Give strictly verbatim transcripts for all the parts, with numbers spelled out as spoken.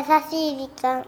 しい時間。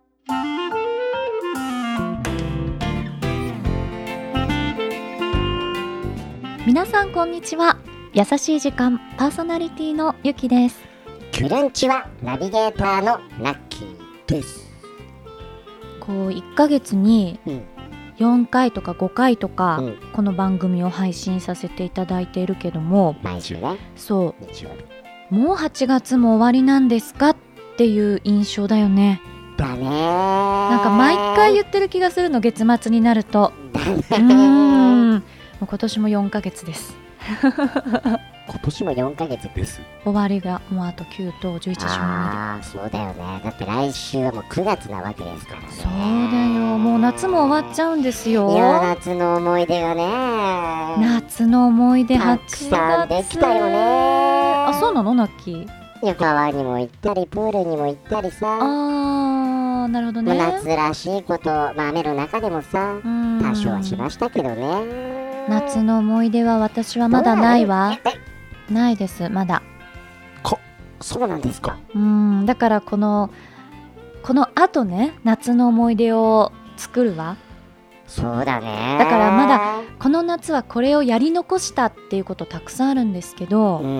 皆さんこんにちは。優しい時間パーソナリティのゆきです。 キュルンチはナビゲーターのラッキーです。 こういっかげつによんかいとかごかいとか、うん、この番組を配信させていただいているけども、 毎週ね、 そう日曜日もうはちがつも終わりなんですかっていう印象だよね。 だね。 なんか毎回言ってる気がするの、月末になると。 だね。 うーん、もう今年もよんかげつです。 今年もよんかげつです。 終わりがもうあときゅうとじゅういち、じゅうにで。 ああ、そうだよね。だって来週はもうくがつなわけですからね。 そうだよ、もう夏も終わっちゃうんですよ。 いや、夏の思い出がね、 夏の思い出たくさんできたよね。 あ、そうなの、ナッキー。 いや、川にも行ったりプールにも行ったりさ。 あー、なるほどね。 夏らしいこと、まあ、雨の中でもさ、多少はしましたけどね。 夏の思い出は私はまだないわ。ないです、まだ。 こ、そうなんですか。 うん、だからこのこの後ね、夏の思い出を作るわ。 そうだね。 だからまだこの夏はこれをやり残したっていうことたくさんあるんですけど、 うん、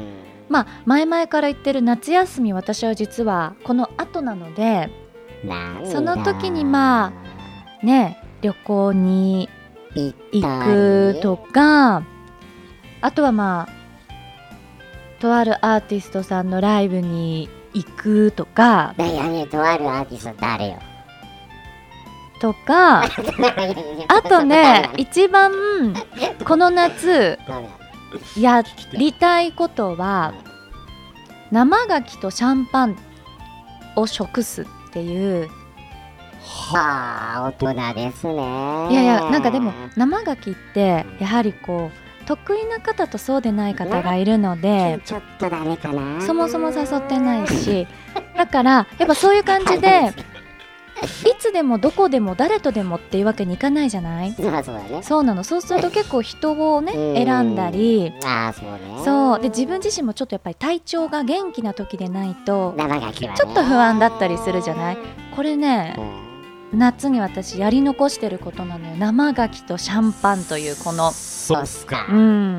まあ前々から言ってる夏休み、私は実はこの後なので、その時にまあね、旅行に行くとか、あとはまあとあるアーティストさんのライブに行くとか。 いやね、とあるアーティスト誰よとかあとね、一番この夏やりたいことは生牡蠣とシャンパンを食すっていう。 はあ、大人ですね。 いやいや、なんかでも生牡蠣ってやはりこう得意な方とそうでない方がいるので、 ちょっとダメかな。 そもそも誘ってないし、だからやっぱそういう感じでいつでもどこでも誰とでもっていうわけにいかないじゃない。 そうだね。 そうなの。そうすると結構人をね選んだり、 あ、そうね。 そうで、自分自身もちょっとやっぱり体調が元気な時でないと生牡蠣はね、 ちょっと不安だったりするじゃない。これね、うん、夏に私やり残してることなのよ。生牡蠣とシャンパンというこの。 そうっすか。 うん、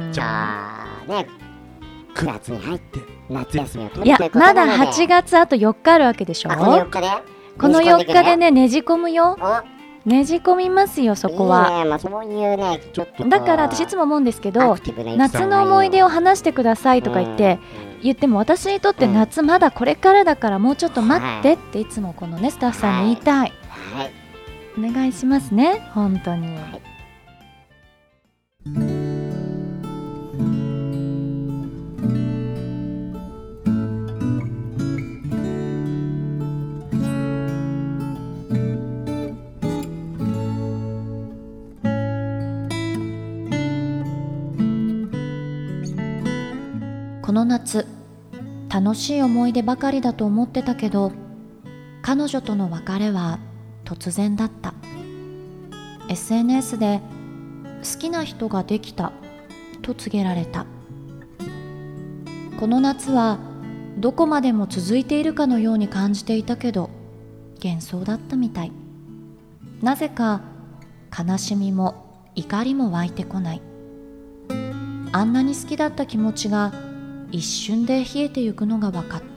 じゃあね、くがつに入って夏休みを取るということなので。いや、 まだはちがつあとよっかあるわけでしょ。 あ、このよっかでこのよっかでね、ねじ込むよ。ねじ込みますよ、そこは。 いいね、まあ、そういうね、ちょっとだから私いつも思うんですけど、夏の思い出を話してくださいとか言って、うん、言っても私にとって夏まだこれからだからもうちょっと待ってっていつもこのねスタッフさんに言いたい。はいはい、お願いしますね、本当に。はい、この夏、楽しい思い出ばかりだと思ってたけど、彼女との別れは突然だった。 エスエヌエス で好きな人ができたと告げられた。この夏はどこまでも続いているかのように感じていたけど、幻想だったみたい。なぜか悲しみも怒りも湧いてこない。あんなに好きだった気持ちが一瞬で冷えてゆくのが分かった。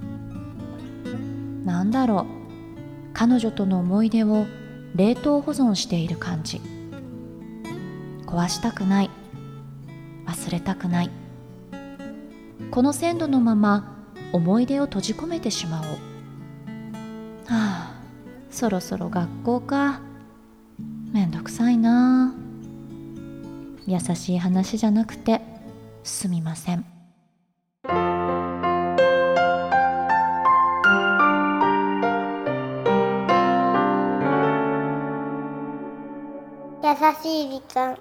なんだろう、彼女との思い出を冷凍保存している感じ。壊したくない、忘れたくない。この鮮度のまま思い出を閉じ込めてしまおう。はあ、そろそろ学校か。めんどくさいな。優しい話じゃなくてすみません。 優しい時間。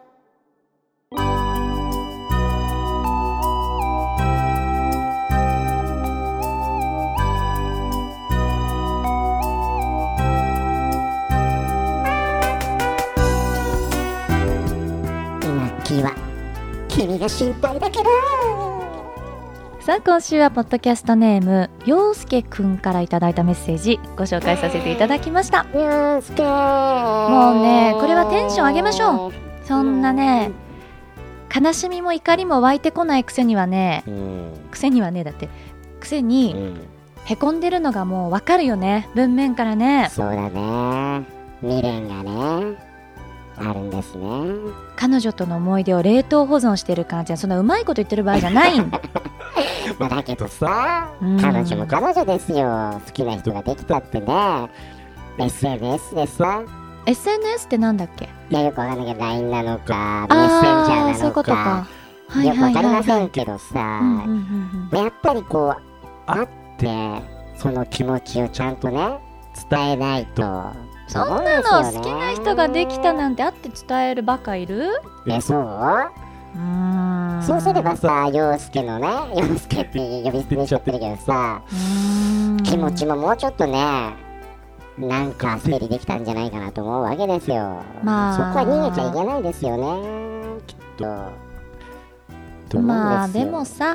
今は君が心配だけど。 さあ今週はポッドキャストネーム陽介くんからいただいたメッセージご紹介させていただきました。 陽介もうねこれはテンション上げましょう。そんなね悲しみも怒りも湧いてこないくせにはね、うん、くせにはねだってくせに、うん、へこんでるのがもうわかるよね、文面からね。 そうだね、未練がねあるんですね。 彼女との思い出を冷凍保存してる感じはそんなうまいこと言ってる場合じゃないんだまあだけどさ、うん、彼女も彼女ですよ。好きな人ができたってね エスエヌエス でさ。 エスエヌエス ってなんだっけ。 いやよくわかんないけど ライン なのかメッセンジャーなのかそういうことか、はいはいはいはい、 よくわかりませんけどさ、うんうんうんうん、やっぱりこう会ってその気持ちをちゃんとね伝えないと。 そんなの好きな人ができたなんて会って伝えるバカいる？ ね、そう？うーんそうすればさ、陽介のね、陽介って呼び捨てにしちゃってるけどさ、うーん気持ちももうちょっとねなんか整理できたんじゃないかなと思うわけですよ。まあそこは逃げちゃいけないですよね、きっと。 まあでもさ、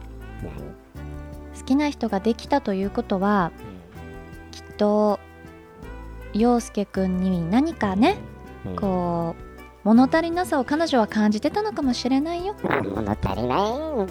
好きな人ができたということは、うん、きっと陽介くんに何かね、うん、こう物足りなさを彼女は感じてたのかもしれないよ。 まあ、物足りない、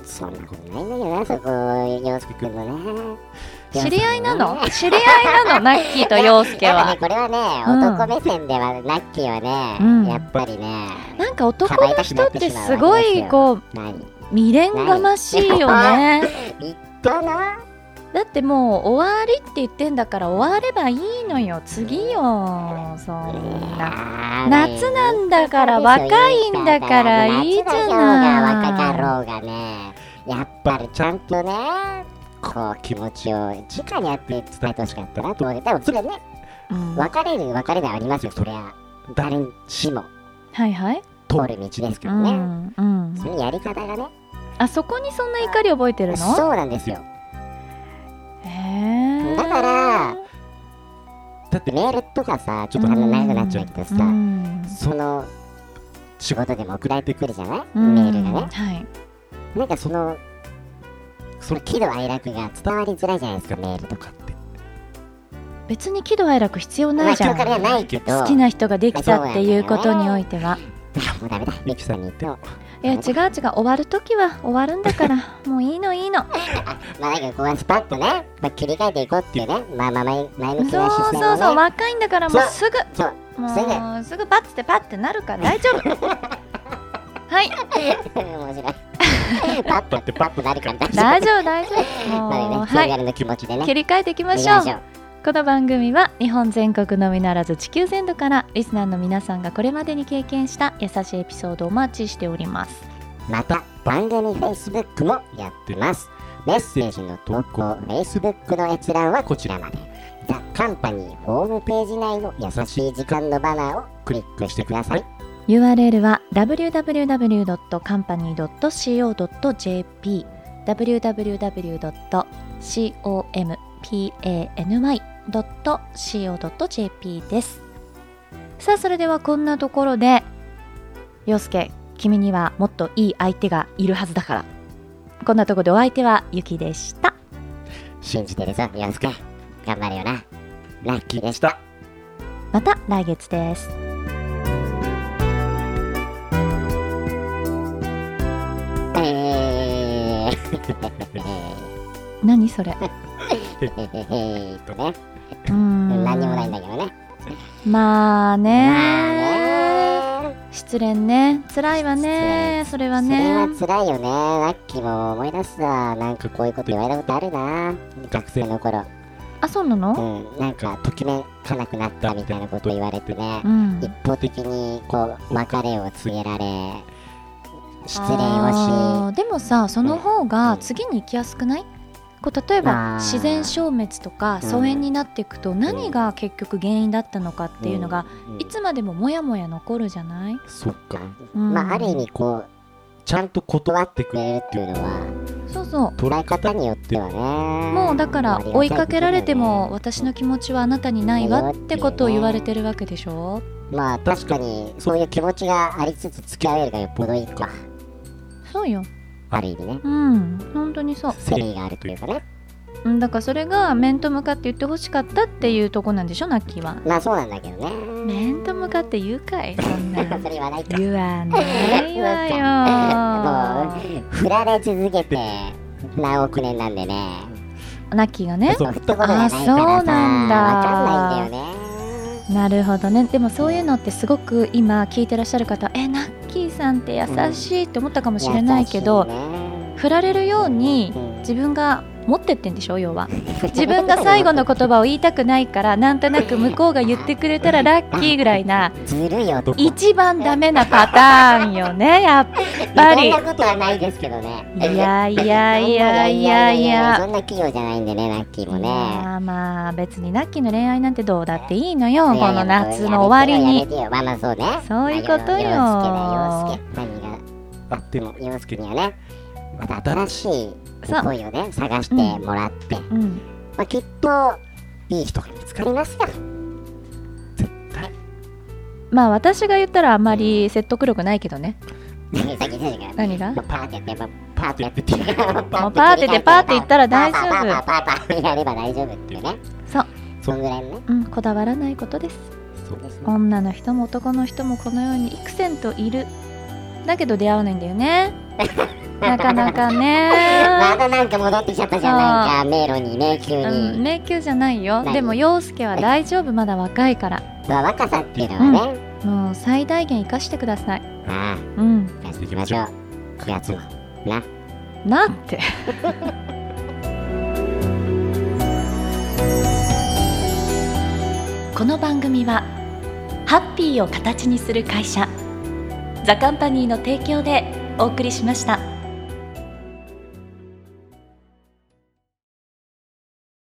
そんなことないんだけどな、そこ陽介くんのね。 知り合いなの？知り合いなのナッキーと陽介は。 ね、これはね、うん、男目線ではナッキーはね、うん、やっぱりね、 なんか男の人ってすごいこう未練がましいよね。 言ったな。 だってもう終わりって言ってんだから終わればいいのよ。次よ、そんな夏なんだから若いんだからいいじゃない。 若かろうがね、やっぱりちゃんとねこう気持ちを直にやって伝えてほしかったなと思って。多分それね、うん、別れる別れでありますよ、そりゃ誰しも。 はいはい、 通る道ですけどね、うんうん、そのやり方がね。 あそこにそんな怒り覚えてるの？ そうなんですよ。 へだからだってメールとかさ、ちょっと長くなっちゃうけどさ、うん、その仕事でも送られてくるじゃない、うん、メールがね、はい、なんかそのその喜怒哀楽が伝わりづらいじゃないですか、メールとかって。 別に喜怒哀楽必要ないじゃん、 まあ、ないけど好きな人ができたっていうことにおいては。 もうダメだ、ミキさんに言っても。 いや違う違う、終わるときは終わるんだからもういいのいいの。あまあだけどここはスパッとね、まあ、切り替えていこうっていうね、まあまあ前向きな姿勢をね。 そうそうそう、若いんだからもうすぐそうもうすぐすぐパッてパッてなるから大丈夫。はい面白いパッとってパッとなるから大丈夫大丈夫大丈夫もう、 ね、それなりの気持ちでね、 切り替えていきましょう。この番組は日本全国のみならず地球全土からリスナーの皆さんがこれまでに経験した優しいエピソードをお待ちしております。 また番組 Facebook もやってます。メッセージの投稿 Facebook の閲覧はこちらまで。ザ・カンパニーホームページ内の優しい時間のバナーをクリックしてください。 ユーアールエル は ダブリューダブリューダブリュードットカンパニードットシーオードットジェーピー ダブリューダブリューダブリュードットカンパニードットシーオードットジェーピー です。さあそれではこんなところで、陽介君にはもっといい相手がいるはずだから、こんなところでお相手はゆきでした。 信じてるぞ陽介、頑張れよな。ラッキーでした。 また来月です。 えー、 何それえーっとねうん何にもないんだけどね。 まあね、 まあね、 失恋ね、辛いわね。それはね、 それは辛いよね。ラッキーも思い出すわ。なんかこういうこと言われたことあるな、学生の頃。 あ、そうなの？ うん、なんかときめかなくなったみたいなこと言われてね、うん、一方的にこう別れを告げられ失恋をし。 でもさ、その方が次に行きやすくない？こう例えば自然消滅とか疎遠になっていくと何が結局原因だったのかっていうのがいつまでももやもや残るじゃない？ そっか、うん、まあある意味こうちゃんと断ってくれるっていうのは、 そうそう、 捉え方によってはね、 もうだから追いかけられても私の気持ちはあなたにないわってことを言われてるわけでしょ。 まあ確かにそういう気持ちがありつつ付き合えるがよっぽどいいか。 そうよ。 ある意味ね。 うん本当にそう。 誠意があるというかね。 だからそれが面と向かって言ってほしかったっていうとこなんでしょ、ナッキーは。 まあそうなんだけどね。 面と向かって言うかい、そんなそれ言わないか。 言わないわよもう振られ続けて何億年なんでね。 ナッキーがね。 そう振ったことがないからさ、 あそうなんだ、 わかんないんだよね。 なるほどね。でもそういうのってすごく今聞いてらっしゃる方、えナッキーさんって優しいって思ったかもしれないけど、 優しいね。 振られるようにうん自分が持ってってんでしょ、要は自分が最後の言葉を言いたくないからなんとなく向こうが言ってくれたらラッキーぐらいなずるいよ。 一番ダメなパターンよね、やっぱり。 そんなことはないですけどね。 いやいやいやいやいやそんな器用じゃないんでね、ナッキーもね。 まあまあ別にナッキーの恋愛なんてどうだっていいのよ、 いやいやこの夏の終わりに。 やめてよやめてよ。まあまあそうね。 そういうことよ。 まあ洋介だ、洋介。何があっても洋介にはね、また新しい恋をね探してもらって、 うんまあ、きっといい人が見つかりますよ、絶対。 まあ私が言ったらあんまり説得力ないけどね。 さっき言ってたじゃん。 何が？ パーってやって、パーってやってって。 もうパーってでパーって言ったら大丈夫。 パーパーパーパーパーやれば大丈夫っていうね。 そうそんぐらいのね。 うんこだわらないことです。 そうですね。 女の人も男の人もこのように幾千といる。だけど出会わないんだよね。なかなかね。 またなんか戻ってきちゃったじゃん、なんか迷路にね、急に。 うん、迷宮じゃないよ。 何でも陽介は大丈夫、まだ若いから。 まあ若さっていうのはね、 もう最大限生かしてください。 あうんあ、やっていきましょう。くがつもな。 なんてこの番組はハッピーを形にする会社ザカンパニーの提供でお送りしました。